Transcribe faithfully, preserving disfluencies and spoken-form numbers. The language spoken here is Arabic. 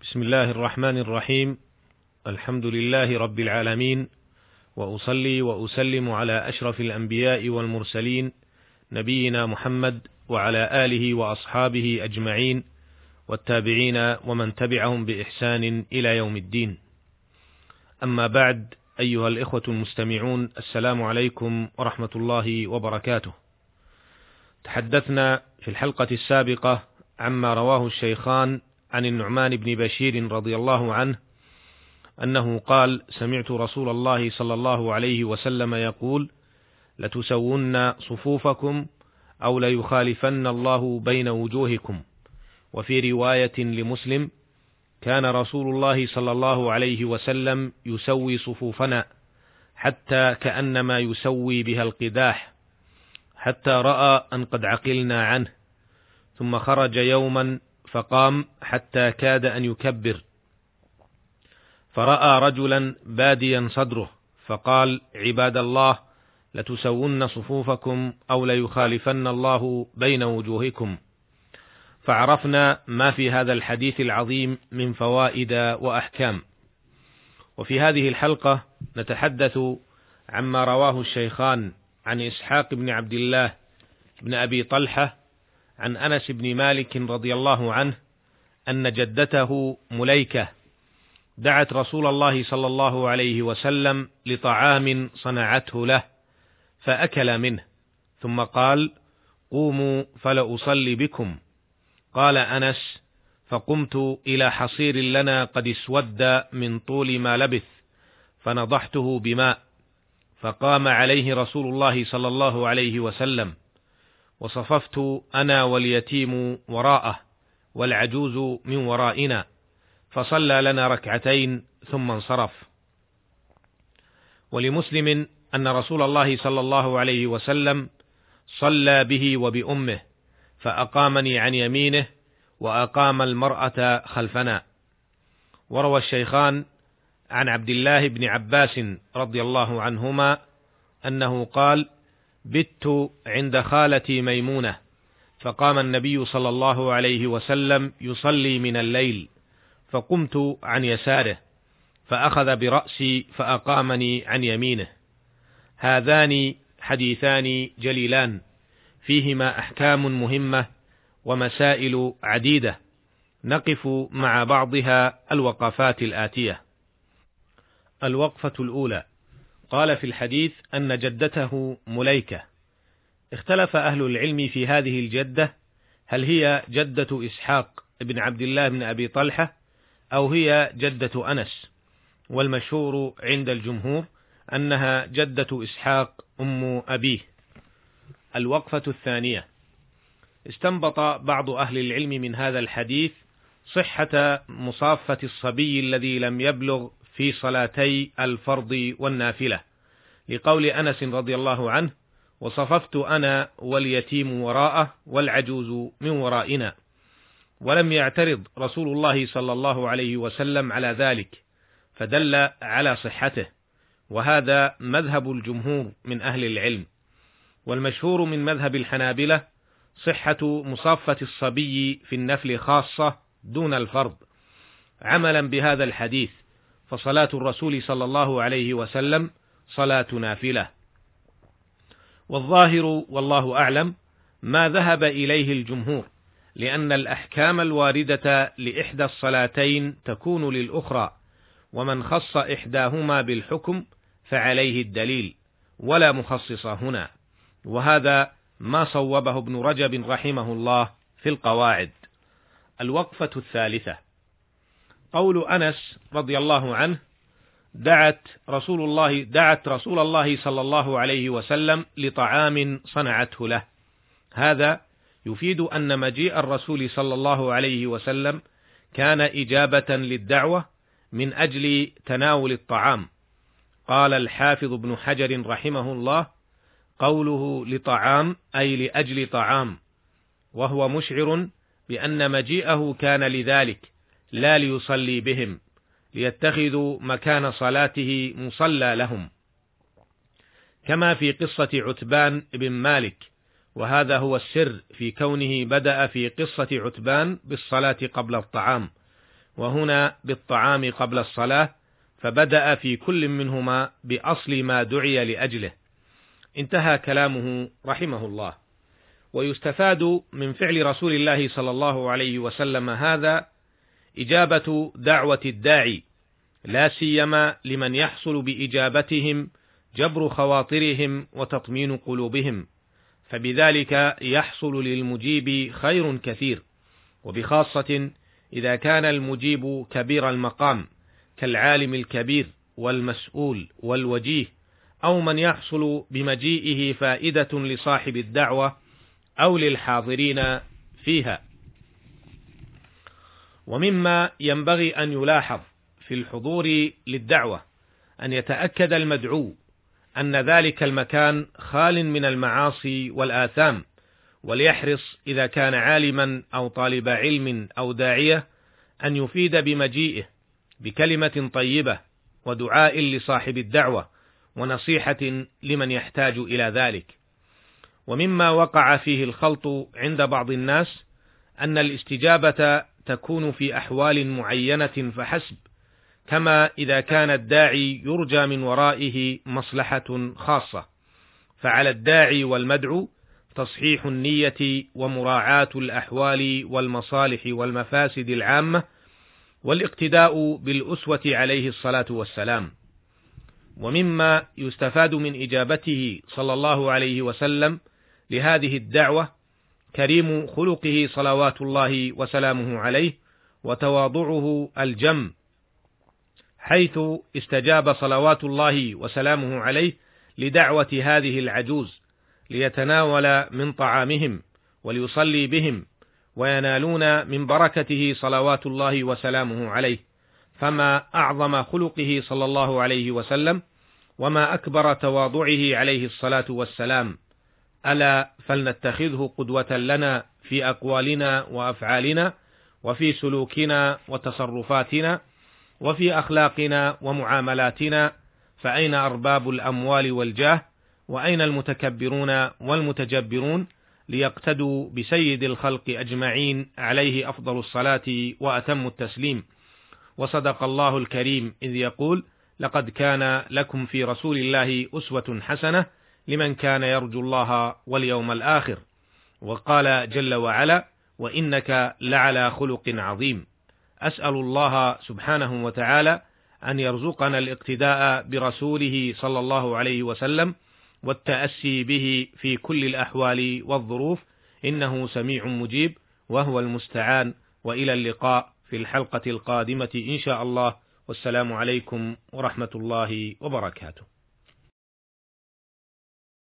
بسم الله الرحمن الرحيم. الحمد لله رب العالمين، وأصلي وأسلم على أشرف الأنبياء والمرسلين نبينا محمد وعلى آله وأصحابه أجمعين والتابعين ومن تبعهم بإحسان إلى يوم الدين. أما بعد، أيها الإخوة المستمعون، السلام عليكم ورحمة الله وبركاته. تحدثنا في الحلقة السابقة عما رواه الشيخان عن النعمان بن بشير رضي الله عنه أنه قال: سمعت رسول الله صلى الله عليه وسلم يقول: لتسون صفوفكم أو ليخالفن الله بين وجوهكم. وفي رواية لمسلم: كان رسول الله صلى الله عليه وسلم يسوي صفوفنا حتى كأنما يسوي بها القداح، حتى رأى أن قد عقلنا عنه، ثم خرج يوما فقام حتى كاد أن يكبر، فرأى رجلا باديا صدره فقال: عباد الله، لتسون صفوفكم أو ليخالفن الله بين وجوهكم. فعرفنا ما في هذا الحديث العظيم من فوائد وأحكام. وفي هذه الحلقة نتحدث عما رواه الشيخان عن إسحاق بن عبد الله بن أبي طلحة عن أنس بن مالك رضي الله عنه أن جدته مليكة دعت رسول الله صلى الله عليه وسلم لطعام صنعته له فأكل منه، ثم قال: قوموا فلأصلي بكم. قال أنس: فقمت إلى حصير لنا قد اسود من طول ما لبث فنضحته بماء، فقام عليه رسول الله صلى الله عليه وسلم، وصففت أنا واليتيم وراءه والعجوز من ورائنا، فصلى لنا ركعتين ثم انصرف. ولمسلم أن رسول الله صلى الله عليه وسلم صلى به وبأمه، فأقامني عن يمينه وأقام المرأة خلفنا. وروى الشيخان عن عبد الله بن عباس رضي الله عنهما أنه قال: بت عند خالتي ميمونة، فقام النبي صلى الله عليه وسلم يصلي من الليل، فقمت عن يساره فأخذ برأسي فأقامني عن يمينه. هذان حديثان جليلان فيهما أحكام مهمة ومسائل عديدة، نقف مع بعضها الوقفات الآتية. الوقفة الأولى: قال في الحديث أن جدته مليكة. اختلف أهل العلم في هذه الجدة، هل هي جدة إسحاق بن عبد الله بن أبي طلحة أو هي جدة أنس، والمشهور عند الجمهور أنها جدة إسحاق أم أبيه. الوقفة الثانية: استنبط بعض أهل العلم من هذا الحديث صحة مصافة الصبي الذي لم يبلغ في صلاتي الفرض والنافلة، لقول أنس رضي الله عنه: وصففت أنا واليتيم وراءه والعجوز من ورائنا. ولم يعترض رسول الله صلى الله عليه وسلم على ذلك، فدل على صحته، وهذا مذهب الجمهور من أهل العلم. والمشهور من مذهب الحنابلة صحة مصافة الصبي في النفل خاصة دون الفرض، عملا بهذا الحديث، فصلاة الرسول صلى الله عليه وسلم صلاة نافلة. والظاهر والله أعلم ما ذهب إليه الجمهور، لأن الأحكام الواردة لإحدى الصلاتين تكون للأخرى، ومن خص إحداهما بالحكم فعليه الدليل، ولا مخصص هنا، وهذا ما صوبه ابن رجب رحمه الله في القواعد. الوقفة الثالثة: قول أنس رضي الله عنه: دعت رسول الله دعت رسول الله صلى الله عليه وسلم لطعام صنعته له. هذا يفيد أن مجيء الرسول صلى الله عليه وسلم كان إجابة للدعوة من أجل تناول الطعام. قال الحافظ ابن حجر رحمه الله: قوله لطعام أي لأجل طعام، وهو مشعر بأن مجيئه كان لذلك، لا ليصلي بهم، ليتخذوا مكان صلاته مصلى لهم، كما في قصة عتبان بن مالك. وهذا هو السر في كونه بدأ في قصة عتبان بالصلاة قبل الطعام، وهنا بالطعام قبل الصلاة، فبدأ في كل منهما بأصل ما دعي لأجله. انتهى كلامه رحمه الله. ويستفاد من فعل رسول الله صلى الله عليه وسلم هذا إجابة دعوة الداعي، لا سيما لمن يحصل بإجابتهم جبر خواطرهم وتطمين قلوبهم، فبذلك يحصل للمجيب خير كثير، وبخاصة إذا كان المجيب كبير المقام كالعالم الكبير والمسؤول والوجيه، أو من يحصل بمجيئه فائدة لصاحب الدعوة أو للحاضرين فيها. ومما ينبغي أن يلاحظ في الحضور للدعوة أن يتأكد المدعو أن ذلك المكان خال من المعاصي والآثام، وليحرص إذا كان عالما أو طالب علم أو داعية أن يفيد بمجيئه بكلمة طيبة ودعاء لصاحب الدعوة ونصيحة لمن يحتاج إلى ذلك. ومما وقع فيه الخلط عند بعض الناس أن الاستجابة تكون في أحوال معينة فحسب، كما إذا كان الداعي يرجى من ورائه مصلحة خاصة، فعلى الداعي والمدعو تصحيح النية ومراعاة الأحوال والمصالح والمفاسد العامة، والاقتداء بالأسوة عليه الصلاة والسلام. ومما يستفاد من إجابته صلى الله عليه وسلم لهذه الدعوة كريم خلقه صلوات الله وسلامه عليه، وتواضعه الجم، حيث استجاب صلوات الله وسلامه عليه لدعوة هذه العجوز ليتناول من طعامهم وليصلي بهم وينالون من بركته صلوات الله وسلامه عليه. فما أعظم خلقه صلى الله عليه وسلم، وما أكبر تواضعه عليه الصلاة والسلام. ألا فلنتخذه قدوة لنا في أقوالنا وأفعالنا، وفي سلوكنا وتصرفاتنا، وفي أخلاقنا ومعاملاتنا. فأين أرباب الأموال والجاه؟ وأين المتكبرون والمتجبرون؟ ليقتدوا بسيد الخلق أجمعين عليه أفضل الصلاة وأتم التسليم. وصدق الله الكريم إذ يقول: لقد كان لكم في رسول الله أسوة حسنة لمن كان يرجو الله واليوم الآخر. وقال جل وعلا: وإنك لعلى خلق عظيم. أسأل الله سبحانه وتعالى أن يرزقنا الاقتداء برسوله صلى الله عليه وسلم والتأسي به في كل الأحوال والظروف، إنه سميع مجيب وهو المستعان. وإلى اللقاء في الحلقة القادمة إن شاء الله، والسلام عليكم ورحمة الله وبركاته.